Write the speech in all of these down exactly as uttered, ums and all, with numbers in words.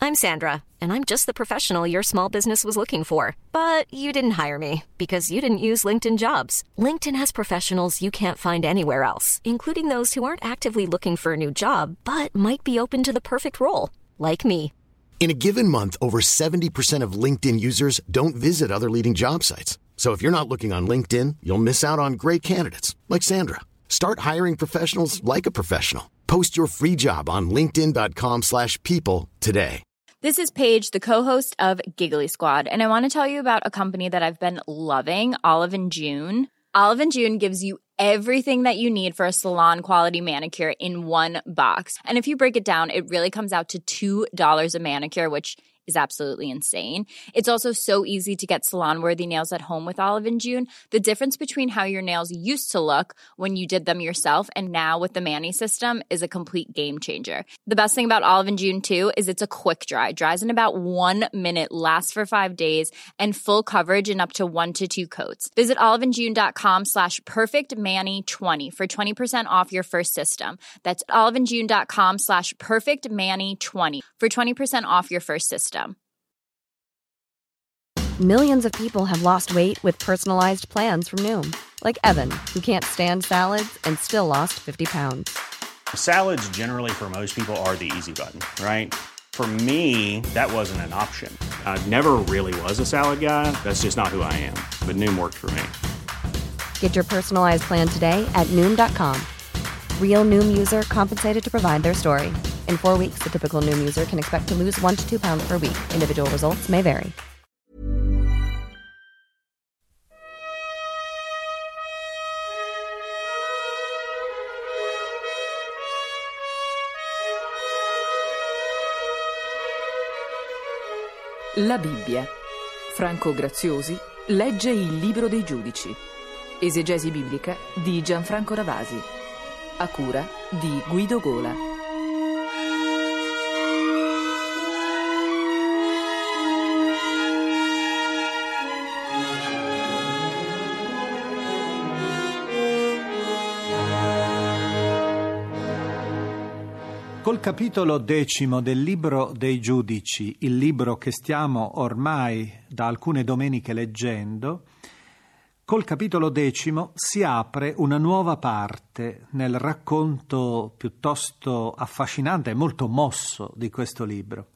I'm Sandra, and I'm just the professional your small business was looking for. But you didn't hire me because you didn't use LinkedIn Jobs. LinkedIn has professionals you can't find anywhere else, including those who aren't actively looking for a new job, but might be open to the perfect role, like me. In a given month, over seventy percent of LinkedIn users don't visit other leading job sites. So if you're not looking on LinkedIn, you'll miss out on great candidates like Sandra. Start hiring professionals like a professional. Post your free job on linkedin.com slash people today. This is Paige, the co-host of Giggly Squad, and I want to tell you about a company that I've been loving, Olive and June. Olive and June gives you everything that you need for a salon-quality manicure in one box. And if you break it down, it really comes out to two dollars a manicure, which is absolutely insane. It's also so easy to get salon-worthy nails at home with Olive and June. The difference between how your nails used to look when you did them yourself and now with the Mani system is a complete game changer. The best thing about Olive and June, too, is it's a quick dry. Dries in about one minute, lasts for five days, and full coverage in up to one to two coats. Visit oliveandjune.com slash perfectmani20 for twenty percent off your first system. That's oliveandjune.com slash perfectmani20 for twenty percent off your first system. Millions of people have lost weight with personalized plans from Noom. Like Evan, who can't stand salads and still lost fifty pounds. Salads generally for most people are the easy button, right? For me, that wasn't an option. I never really was a salad guy. That's just not who I am. But Noom worked for me. Get your personalized plan today at Noom dot com. Real Noom user compensated to provide their story. In four weeks, the typical Noom user can expect to lose one to two pounds per week. Individual results may vary. La Bibbia. Franco Graziosi legge il Libro dei Giudici. Esegesi biblica di Gianfranco Ravasi. A cura di Guido Gola. Col capitolo decimo del Libro dei Giudici, il libro che stiamo ormai da alcune domeniche leggendo, col capitolo decimo si apre una nuova parte nel racconto piuttosto affascinante e molto mosso di questo libro.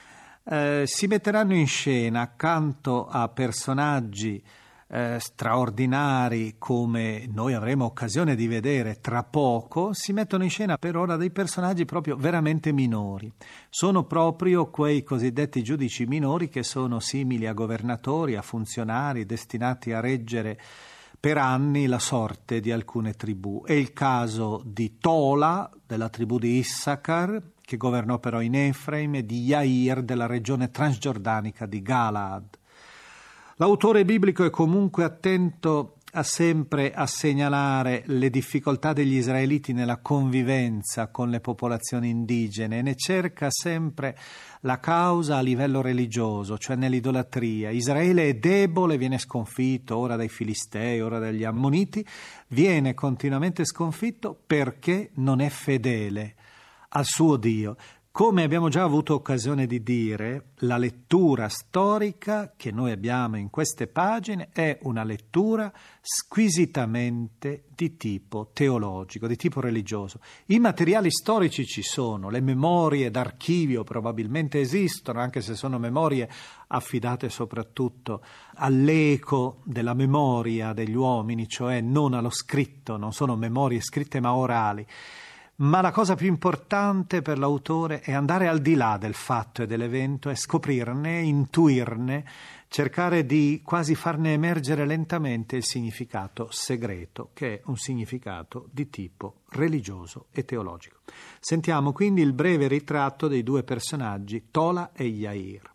Eh, si metteranno in scena accanto a personaggi Eh, straordinari come noi avremo occasione di vedere tra poco, si mettono in scena per ora dei personaggi proprio veramente minori. Sono proprio quei cosiddetti giudici minori che sono simili a governatori, a funzionari destinati a reggere per anni la sorte di alcune tribù. È il caso di Tola, della tribù di Issachar, che governò però in Efraim, e di Yair, della regione transgiordanica di Galaad. L'autore biblico è comunque attento a sempre a segnalare le difficoltà degli israeliti nella convivenza con le popolazioni indigene e ne cerca sempre la causa a livello religioso, cioè nell'idolatria. Israele è debole, viene sconfitto ora dai Filistei, ora dagli Ammoniti, viene continuamente sconfitto perché non è fedele al suo Dio. Come abbiamo già avuto occasione di dire, la lettura storica che noi abbiamo in queste pagine è una lettura squisitamente di tipo teologico, di tipo religioso. I materiali storici ci sono, le memorie d'archivio probabilmente esistono, anche se sono memorie affidate soprattutto all'eco della memoria degli uomini, cioè non allo scritto, non sono memorie scritte ma orali. Ma la cosa più importante per l'autore è andare al di là del fatto e dell'evento e scoprirne, intuirne, cercare di quasi farne emergere lentamente il significato segreto, che è un significato di tipo religioso e teologico. Sentiamo quindi il breve ritratto dei due personaggi, Tola e Yair.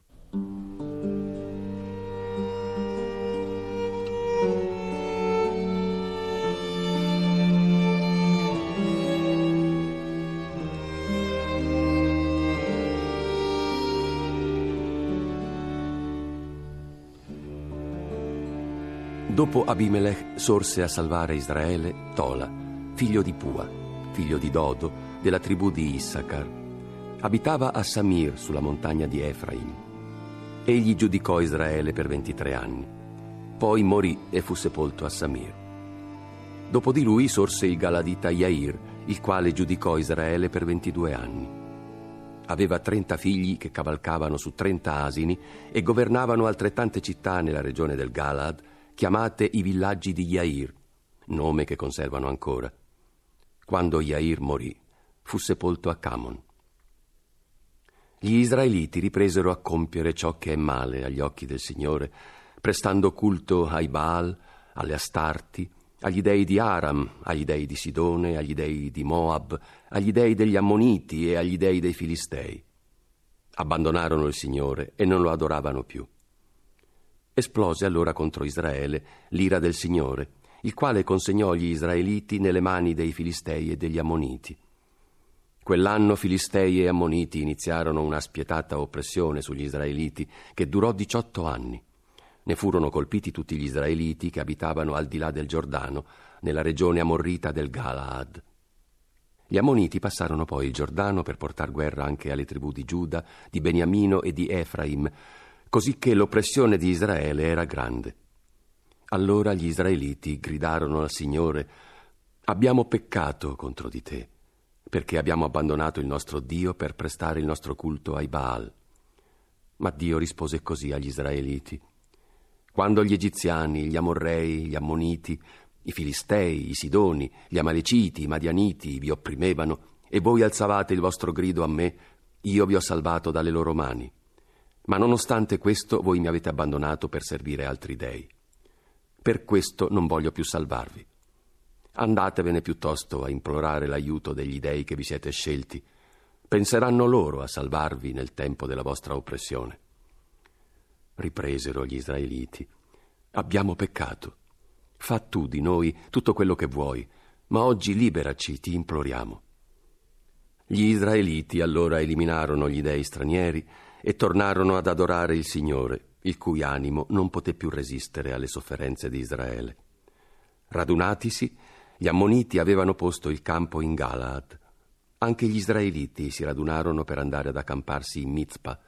Dopo Abimelech sorse a salvare Israele Tola, figlio di Pua, figlio di Dodo, della tribù di Issachar. Abitava a Samir, sulla montagna di Efraim. Egli giudicò Israele per ventitré anni. Poi morì e fu sepolto a Samir. Dopo di lui sorse il Galadita Yair, il quale giudicò Israele per ventidue anni. Aveva trenta figli che cavalcavano su trenta asini e governavano altrettante città nella regione del Galad, chiamate i villaggi di Yair, nome che conservano ancora. Quando Yair morì, fu sepolto a Camon. Gli israeliti ripresero a compiere ciò che è male agli occhi del Signore, prestando culto ai Baal, alle Astarti, agli dei di Aram, agli dei di Sidone, agli dei di Moab, agli dei degli Ammoniti e agli dei dei Filistei. Abbandonarono il Signore e non lo adoravano più. Esplose allora contro Israele l'ira del Signore, il quale consegnò gli israeliti nelle mani dei Filistei e degli Ammoniti. Quell'anno Filistei e Ammoniti iniziarono una spietata oppressione sugli israeliti che durò diciotto anni. Ne furono colpiti tutti gli israeliti che abitavano al di là del Giordano, nella regione amorrita del Galaad. Gli Ammoniti passarono poi il Giordano per portar guerra anche alle tribù di Giuda, di Beniamino e di Efraim, così che l'oppressione di Israele era grande. Allora gli israeliti gridarono al Signore: «Abbiamo peccato contro di te, perché abbiamo abbandonato il nostro Dio per prestare il nostro culto ai Baal». Ma Dio rispose così agli israeliti: «Quando gli egiziani, gli amorrei, gli ammoniti, i filistei, i sidoni, gli amaleciti, i madianiti vi opprimevano e voi alzavate il vostro grido a me, io vi ho salvato dalle loro mani. Ma nonostante questo voi mi avete abbandonato per servire altri dei. Per questo non voglio più salvarvi. Andatevene piuttosto a implorare l'aiuto degli dei che vi siete scelti. Penseranno loro a salvarvi nel tempo della vostra oppressione». Ripresero gli israeliti: «Abbiamo peccato. Fa tu di noi tutto quello che vuoi, ma oggi liberaci, ti imploriamo». Gli israeliti allora eliminarono gli dei stranieri e tornarono ad adorare il Signore, il cui animo non poté più resistere alle sofferenze di Israele. Radunatisi, gli Ammoniti avevano posto il campo in Galaad. Anche gli israeliti si radunarono per andare ad accamparsi in Mizpa.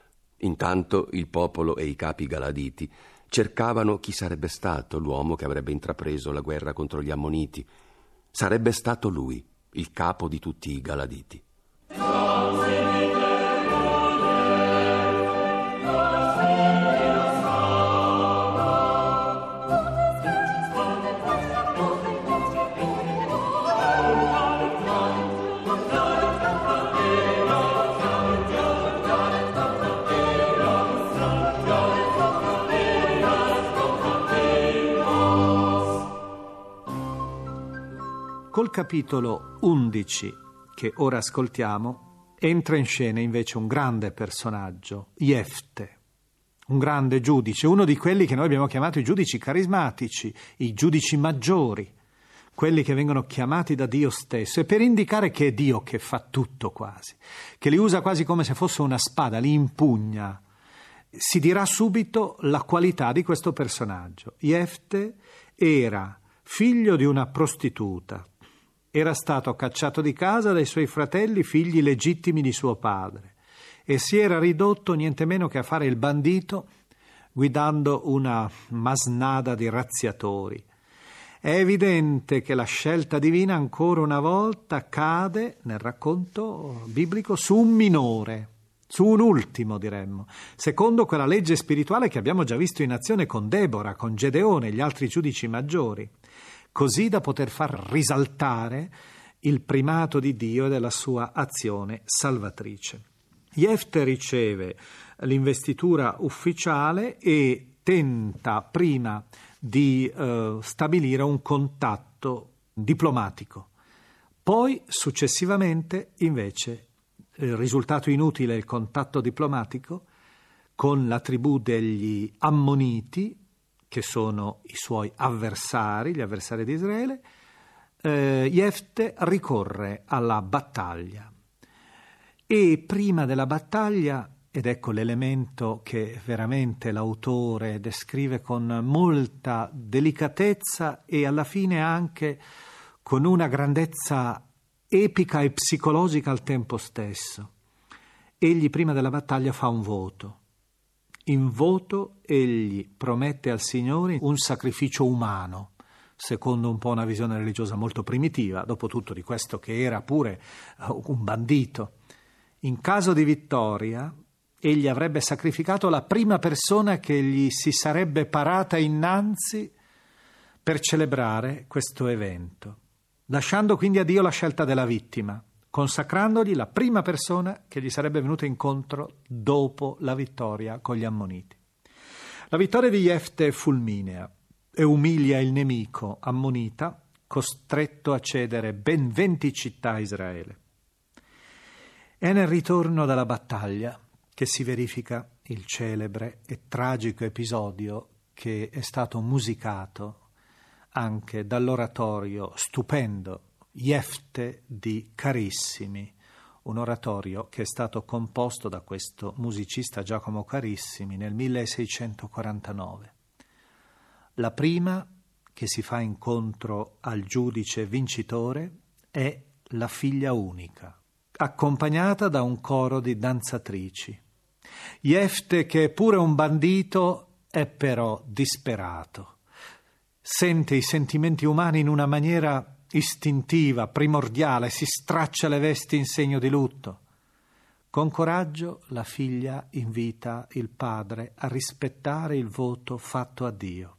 Intanto il popolo e i capi galaditi cercavano chi sarebbe stato l'uomo che avrebbe intrapreso la guerra contro gli Ammoniti. Sarebbe stato lui, il capo di tutti i galaditi. Col capitolo undici, che ora ascoltiamo, entra in scena invece un grande personaggio, Jefte, un grande giudice, uno di quelli che noi abbiamo chiamato i giudici carismatici, i giudici maggiori, quelli che vengono chiamati da Dio stesso, e per indicare che è Dio che fa tutto quasi, che li usa quasi come se fosse una spada, li impugna. Si dirà subito la qualità di questo personaggio. Jefte era figlio di una prostituta, era stato cacciato di casa dai suoi fratelli, figli legittimi di suo padre, e si era ridotto niente meno che a fare il bandito guidando una masnada di razziatori. È evidente che la scelta divina ancora una volta cade nel racconto biblico su un minore, su un ultimo diremmo, secondo quella legge spirituale che abbiamo già visto in azione con Debora, con Gedeone e gli altri giudici maggiori, così da poter far risaltare il primato di Dio e della sua azione salvatrice. Jefte riceve l'investitura ufficiale e tenta prima di eh, stabilire un contatto diplomatico. Poi, successivamente, invece, il risultato inutile è il contatto diplomatico con la tribù degli Ammoniti, che sono i suoi avversari, gli avversari di Israele. eh, Jefte ricorre alla battaglia e prima della battaglia, ed ecco l'elemento che veramente l'autore descrive con molta delicatezza e alla fine anche con una grandezza epica e psicologica al tempo stesso. egli prima della battaglia fa un voto. In voto egli promette al Signore un sacrificio umano, secondo un po' una visione religiosa molto primitiva, dopo tutto di questo che era pure un bandito. In caso di vittoria, egli avrebbe sacrificato la prima persona che gli si sarebbe parata innanzi per celebrare questo evento, lasciando quindi a Dio la scelta della vittima, consacrandogli la prima persona che gli sarebbe venuta incontro dopo la vittoria con gli Ammoniti. La vittoria di Jefte è fulminea e umilia il nemico ammonita, costretto a cedere ben venti città a Israele. È nel ritorno dalla battaglia che si verifica il celebre e tragico episodio che è stato musicato anche dall'oratorio stupendo Jefte di Carissimi, un oratorio che è stato composto da questo musicista Giacomo Carissimi nel milleseicentoquarantanove. La prima che si fa incontro al giudice vincitore è la figlia unica, accompagnata da un coro di danzatrici. Jefte, che è pure un bandito, è però disperato. Sente i sentimenti umani in una maniera istintiva, primordiale, si straccia le vesti in segno di lutto. Con coraggio la figlia invita il padre a rispettare il voto fatto a Dio.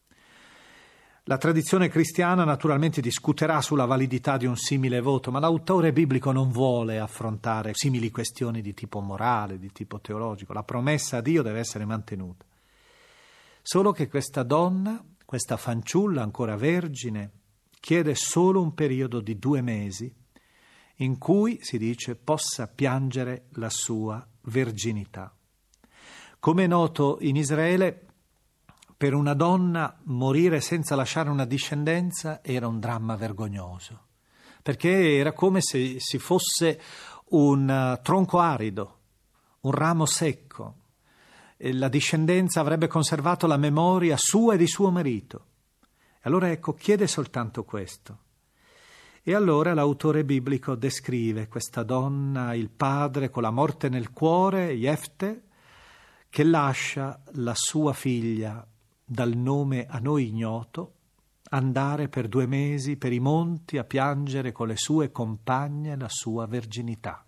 La tradizione cristiana naturalmente discuterà sulla validità di un simile voto, ma l'autore biblico non vuole affrontare simili questioni di tipo morale, di tipo teologico. La promessa a Dio deve essere mantenuta. Solo che questa donna, questa fanciulla ancora vergine, chiede solo un periodo di due mesi in cui, si dice, possa piangere la sua verginità. Come è noto in Israele, per una donna morire senza lasciare una discendenza era un dramma vergognoso, perché era come se si fosse un tronco arido, un ramo secco. E la discendenza avrebbe conservato la memoria sua e di suo marito. Allora ecco, chiede soltanto questo. E allora l'autore biblico descrive questa donna, il padre con la morte nel cuore, Jefte, che lascia la sua figlia dal nome a noi ignoto, andare per due mesi per i monti a piangere con le sue compagne la sua verginità.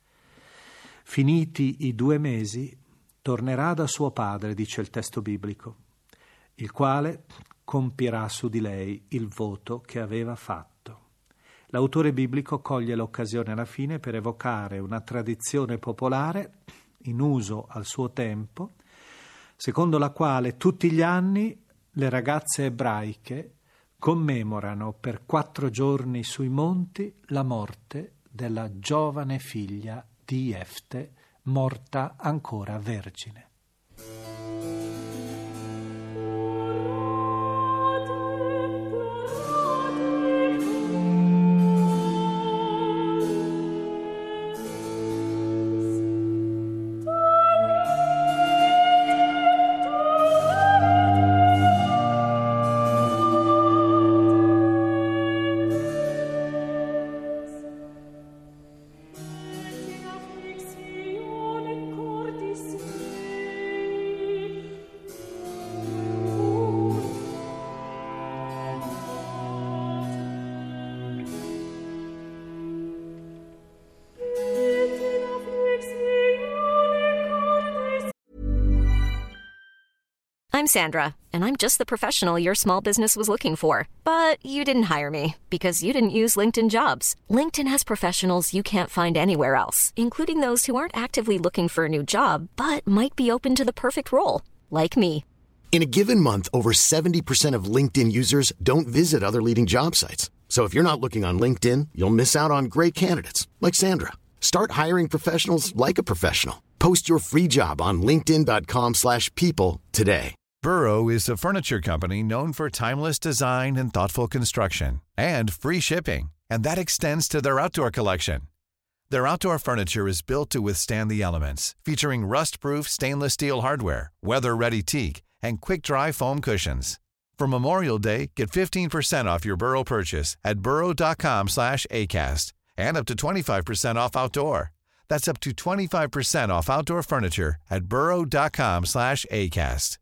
Finiti i due mesi, tornerà da suo padre, dice il testo biblico, il quale compirà su di lei il voto che aveva fatto. L'autore biblico coglie l'occasione alla fine per evocare una tradizione popolare in uso al suo tempo, secondo la quale tutti gli anni le ragazze ebraiche commemorano per quattro giorni sui monti la morte della giovane figlia di Jefte, morta ancora vergine. I'm Sandra, and I'm just the professional your small business was looking for. But you didn't hire me because you didn't use LinkedIn Jobs. LinkedIn has professionals you can't find anywhere else, including those who aren't actively looking for a new job, but might be open to the perfect role, like me. In a given month, over seventy percent of LinkedIn users don't visit other leading job sites. So if you're not looking on LinkedIn, you'll miss out on great candidates like Sandra. Start hiring professionals like a professional. Post your free job on linkedin.com slash people today. Burrow is a furniture company known for timeless design and thoughtful construction and free shipping, and that extends to their outdoor collection. Their outdoor furniture is built to withstand the elements, featuring rust-proof stainless steel hardware, weather-ready teak, and quick-dry foam cushions. For Memorial Day, get fifteen percent off your Burrow purchase at burrow.com slash ACAST and up to twenty-five percent off outdoor. That's up to twenty-five percent off outdoor furniture at burrow.com slash ACAST.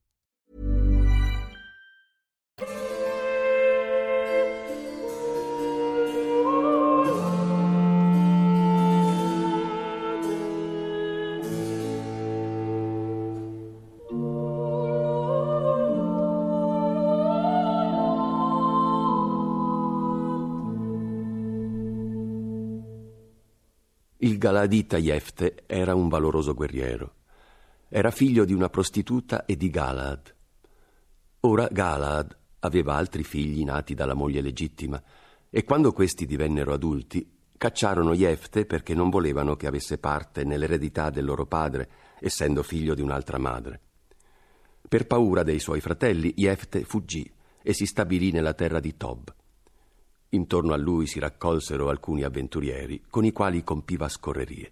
Il Galadita Jefte era un valoroso guerriero. Era figlio di una prostituta e di Galad. Ora Galad aveva altri figli nati dalla moglie legittima e quando questi divennero adulti cacciarono Jefte perché non volevano che avesse parte nell'eredità del loro padre, essendo figlio di un'altra madre. Per paura dei suoi fratelli, Jefte fuggì e si stabilì nella terra di Tob. Intorno a lui si raccolsero alcuni avventurieri con i quali compiva scorrerie.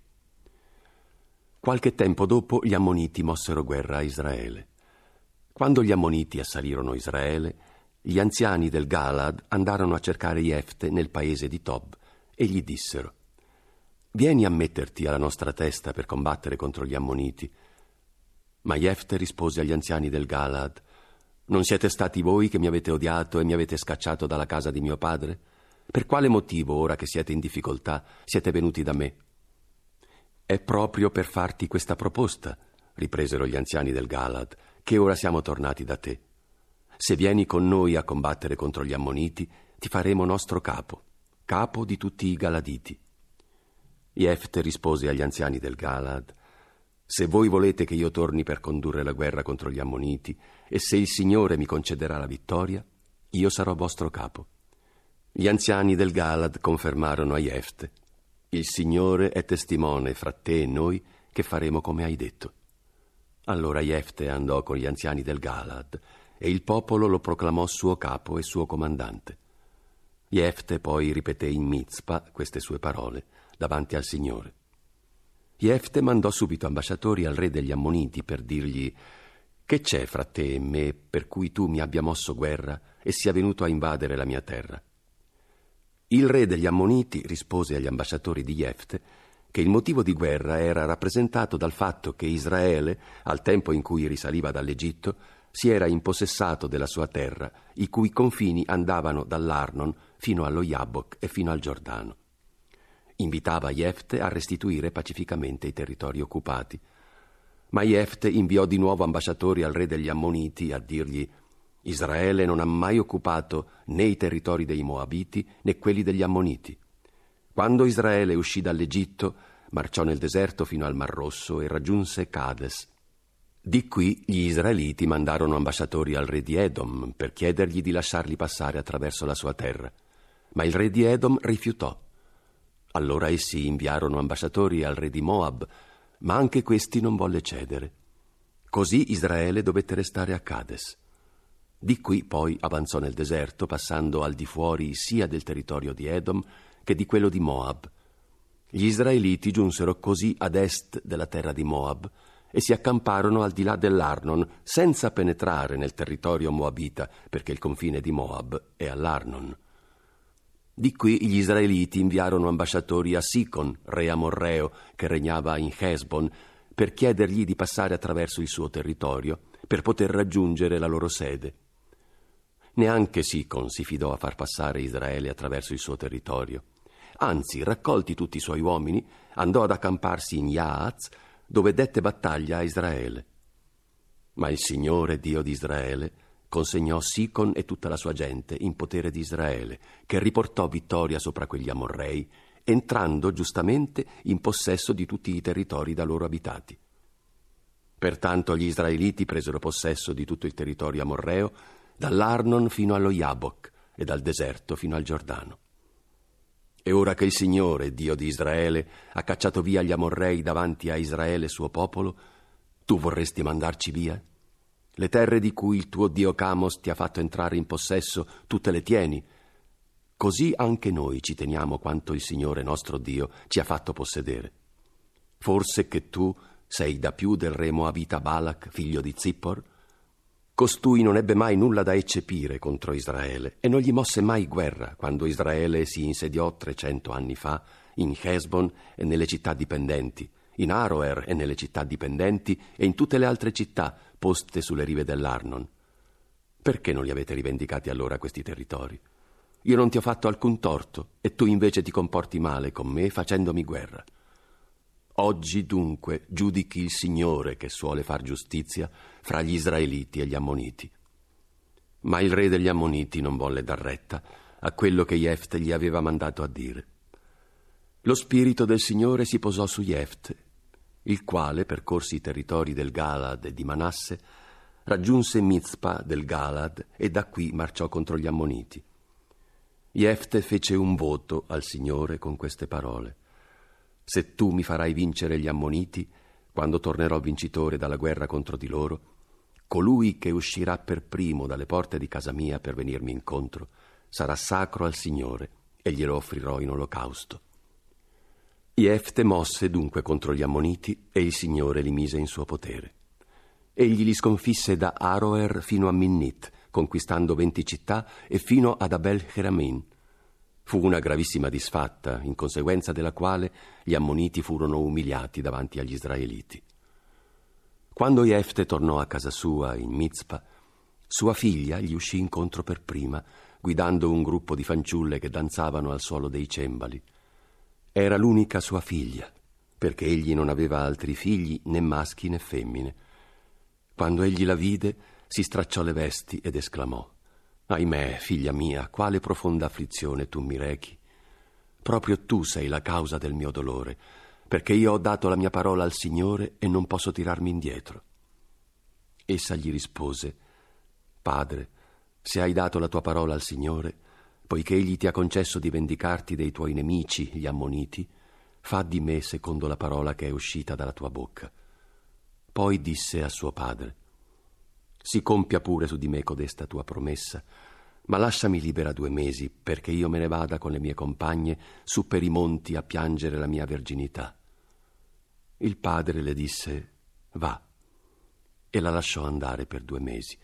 Qualche tempo dopo gli Ammoniti mossero guerra a Israele. Quando gli Ammoniti assalirono Israele, gli anziani del Galad andarono a cercare Jefte nel paese di Tob e gli dissero: «Vieni a metterti alla nostra testa per combattere contro gli Ammoniti». Ma Jefte rispose agli anziani del Galad: «Non siete stati voi che mi avete odiato e mi avete scacciato dalla casa di mio padre? Per quale motivo, ora che siete in difficoltà, siete venuti da me?» «È proprio per farti questa proposta», ripresero gli anziani del Galad, «che ora siamo tornati da te. Se vieni con noi a combattere contro gli Ammoniti, ti faremo nostro capo, capo di tutti i Galaditi». Jefte rispose agli anziani del Galad: «Se voi volete che io torni per condurre la guerra contro gli Ammoniti, e se il Signore mi concederà la vittoria, io sarò vostro capo». Gli anziani del Galad confermarono a Jefte: «Il Signore è testimone fra te e noi che faremo come hai detto». Allora Jefte andò con gli anziani del Galad e il popolo lo proclamò suo capo e suo comandante. Jefte poi ripeté in Mizpa queste sue parole davanti al Signore. Jefte mandò subito ambasciatori al re degli Ammoniti per dirgli: «Che c'è fra te e me per cui tu mi abbia mosso guerra e sia venuto a invadere la mia terra?» Il re degli Ammoniti rispose agli ambasciatori di Jefte che il motivo di guerra era rappresentato dal fatto che Israele, al tempo in cui risaliva dall'Egitto, si era impossessato della sua terra, i cui confini andavano dall'Arnon fino allo Jabbok e fino al Giordano. Invitava Jefte a restituire pacificamente i territori occupati. Ma Jefte inviò di nuovo ambasciatori al re degli Ammoniti a dirgli: «Israele non ha mai occupato né i territori dei Moabiti né quelli degli Ammoniti. Quando Israele uscì dall'Egitto, marciò nel deserto fino al Mar Rosso e raggiunse Cades. Di qui gli israeliti mandarono ambasciatori al re di Edom per chiedergli di lasciarli passare attraverso la sua terra. Ma il re di Edom rifiutò. Allora essi inviarono ambasciatori al re di Moab, ma anche questi non volle cedere. Così Israele dovette restare a Cades. Di qui poi avanzò nel deserto, passando al di fuori sia del territorio di Edom che di quello di Moab. Gli israeliti giunsero così ad est della terra di Moab e si accamparono al di là dell'Arnon, senza penetrare nel territorio moabita, perché il confine di Moab è all'Arnon. Di qui gli israeliti inviarono ambasciatori a Sicon, re amorreo, che regnava in Hesbon, per chiedergli di passare attraverso il suo territorio, per poter raggiungere la loro sede. Neanche Sicon si fidò a far passare Israele attraverso il suo territorio. Anzi, raccolti tutti i suoi uomini, andò ad accamparsi in Yaaz, dove dette battaglia a Israele. Ma il Signore, Dio di Israele, consegnò Sicon e tutta la sua gente in potere di Israele, che riportò vittoria sopra quegli amorrei, entrando giustamente in possesso di tutti i territori da loro abitati. Pertanto gli israeliti presero possesso di tutto il territorio amorreo, dall'Arnon fino allo Jabbok e dal deserto fino al Giordano. E ora che il Signore, Dio di Israele, ha cacciato via gli amorrei davanti a Israele suo popolo, tu vorresti mandarci via? Le terre di cui il tuo Dio Camos ti ha fatto entrare in possesso, tu te le tieni. Così anche noi ci teniamo quanto il Signore nostro Dio ci ha fatto possedere. Forse che tu sei da più del re moabita Balak, figlio di Zippor? Costui non ebbe mai nulla da eccepire contro Israele e non gli mosse mai guerra quando Israele si insediò trecento anni fa in Hesbon e nelle città dipendenti, in Aroer e nelle città dipendenti e in tutte le altre città poste sulle rive dell'Arnon. Perché non li avete rivendicati allora questi territori? Io non ti ho fatto alcun torto e tu invece ti comporti male con me facendomi guerra. Oggi dunque giudichi il Signore che suole far giustizia fra gli Israeliti e gli Ammoniti. Ma il re degli Ammoniti non volle dar retta a quello che Jefte gli aveva mandato a dire. Lo spirito del Signore si posò su Jefte, il quale, percorsi i territori del Galad e di Manasse, raggiunse Mizpa del Galad e da qui marciò contro gli Ammoniti. Jefte fece un voto al Signore con queste parole: se tu mi farai vincere gli Ammoniti, quando tornerò vincitore dalla guerra contro di loro, colui che uscirà per primo dalle porte di casa mia per venirmi incontro sarà sacro al Signore e glielo offrirò in olocausto. Jefte mosse dunque contro gli Ammoniti e il Signore li mise in suo potere. Egli li sconfisse da Aroer fino a Minnit, conquistando venti città, e fino ad Abel Heramin. Fu una gravissima disfatta, in conseguenza della quale gli Ammoniti furono umiliati davanti agli Israeliti. Quando Jefte tornò a casa sua in Mizpa, sua figlia gli uscì incontro per prima, guidando un gruppo di fanciulle che danzavano al suono dei cembali. Era l'unica sua figlia, perché egli non aveva altri figli, né maschi né femmine. Quando egli la vide, si stracciò le vesti ed esclamò: «Ahimè, figlia mia, quale profonda afflizione tu mi rechi! Proprio tu sei la causa del mio dolore, perché io ho dato la mia parola al Signore e non posso tirarmi indietro». Essa gli rispose: «Padre, se hai dato la tua parola al Signore, poiché egli ti ha concesso di vendicarti dei tuoi nemici, gli Ammoniti, fa di me secondo la parola che è uscita dalla tua bocca». Poi disse a suo padre: «Si compia pure su di me codesta tua promessa, ma lasciami libera due mesi, perché io me ne vada con le mie compagne su per i monti a piangere la mia verginità». Il padre le disse: «Va», e la lasciò andare per due mesi.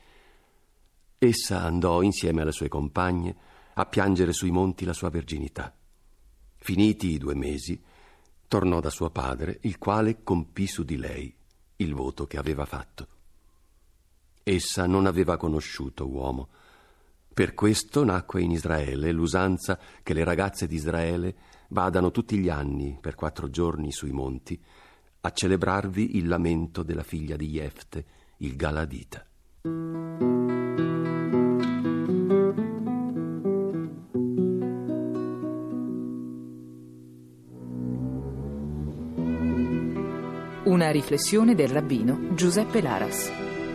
Essa andò insieme alle sue compagne a piangere sui monti la sua verginità. Finiti i due mesi, tornò da suo padre, il quale compì su di lei il voto che aveva fatto. Essa non aveva conosciuto uomo. Per questo nacque in Israele l'usanza che le ragazze di Israele vadano tutti gli anni per quattro giorni sui monti a celebrarvi il lamento della figlia di Jefte, il Galadita. Una riflessione del rabbino Giuseppe Laras.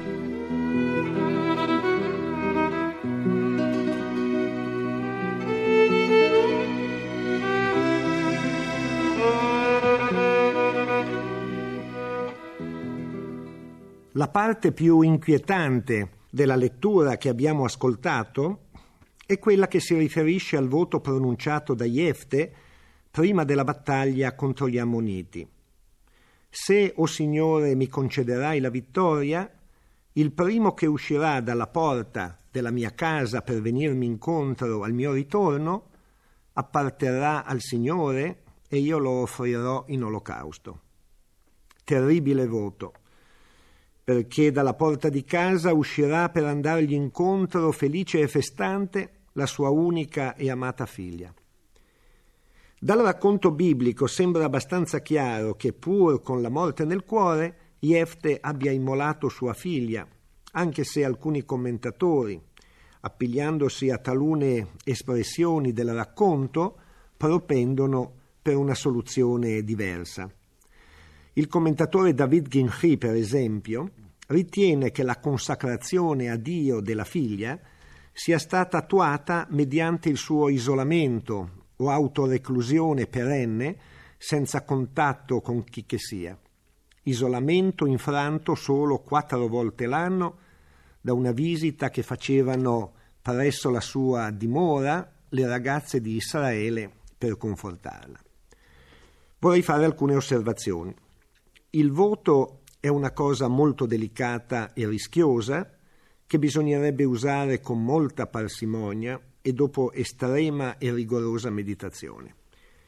La parte più inquietante della lettura che abbiamo ascoltato è quella che si riferisce al voto pronunciato da Jefte prima della battaglia contro gli Ammoniti. Se, o Signore, mi concederai la vittoria, il primo che uscirà dalla porta della mia casa per venirmi incontro al mio ritorno apparterrà al Signore e io lo offrirò in olocausto. Terribile voto, perché dalla porta di casa uscirà per andargli incontro felice e festante la sua unica e amata figlia. Dal racconto biblico sembra abbastanza chiaro che, pur con la morte nel cuore, Jefte abbia immolato sua figlia, anche se alcuni commentatori, appigliandosi a talune espressioni del racconto, propendono per una soluzione diversa. Il commentatore David Ginchi, per esempio, ritiene che la consacrazione a Dio della figlia sia stata attuata mediante il suo isolamento o autoreclusione perenne senza contatto con chi che sia. Isolamento infranto solo quattro volte l'anno da una visita che facevano presso la sua dimora le ragazze di Israele per confortarla. Vorrei fare alcune osservazioni. Il voto è una cosa molto delicata e rischiosa che bisognerebbe usare con molta parsimonia e dopo estrema e rigorosa meditazione.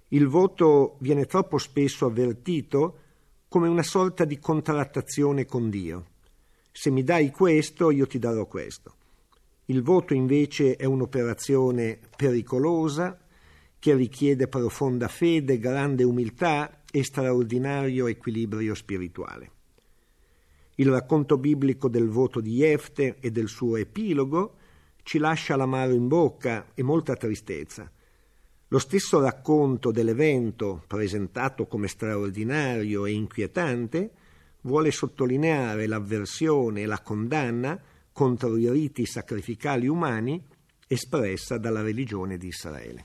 Il voto viene troppo spesso avvertito come una sorta di contrattazione con Dio. Se mi dai questo, io ti darò questo. Il voto invece è un'operazione pericolosa che richiede profonda fede, grande umiltà e straordinario equilibrio spirituale. Il racconto biblico del voto di Jefte e del suo epilogo ci lascia l'amaro in bocca e molta tristezza. Lo stesso racconto dell'evento, presentato come straordinario e inquietante, vuole sottolineare l'avversione e la condanna contro i riti sacrificali umani espressa dalla religione di Israele.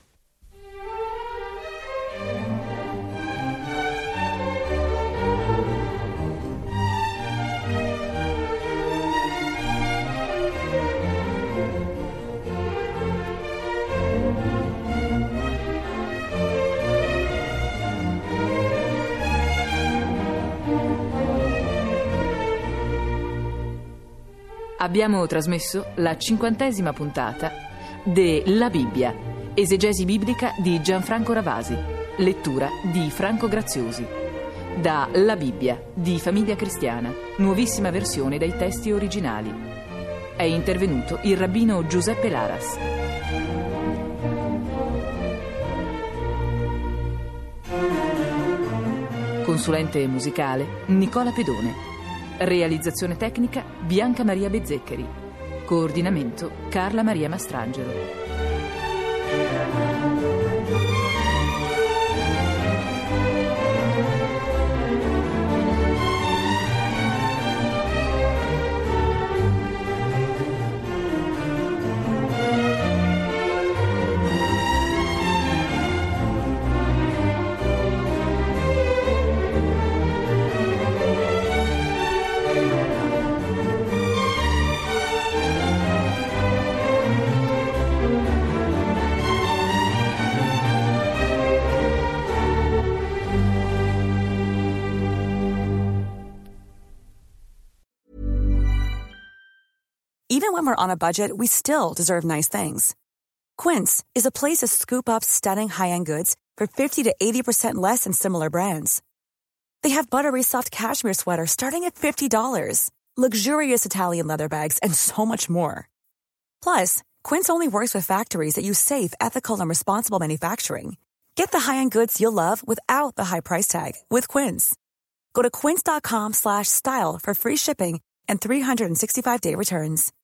Abbiamo trasmesso la cinquantesima puntata de La Bibbia, esegesi biblica di Gianfranco Ravasi, lettura di Franco Graziosi. Da La Bibbia di Famiglia Cristiana, nuovissima versione dai testi originali. È intervenuto il rabbino Giuseppe Laras. Consulente musicale Nicola Pedone. Realizzazione tecnica Bianca Maria Bezzeccheri. Coordinamento Carla Maria Mastrangelo. Even when we're on a budget, we still deserve nice things. Quince is a place to scoop up stunning high-end goods for fifty to eighty percent less than similar brands. They have buttery soft cashmere sweaters starting at fifty dollars, luxurious Italian leather bags, and so much more. Plus, Quince only works with factories that use safe, ethical, and responsible manufacturing. Get the high-end goods you'll love without the high price tag with Quince. Go to quince.com slash style for free shipping and three sixty-five day returns.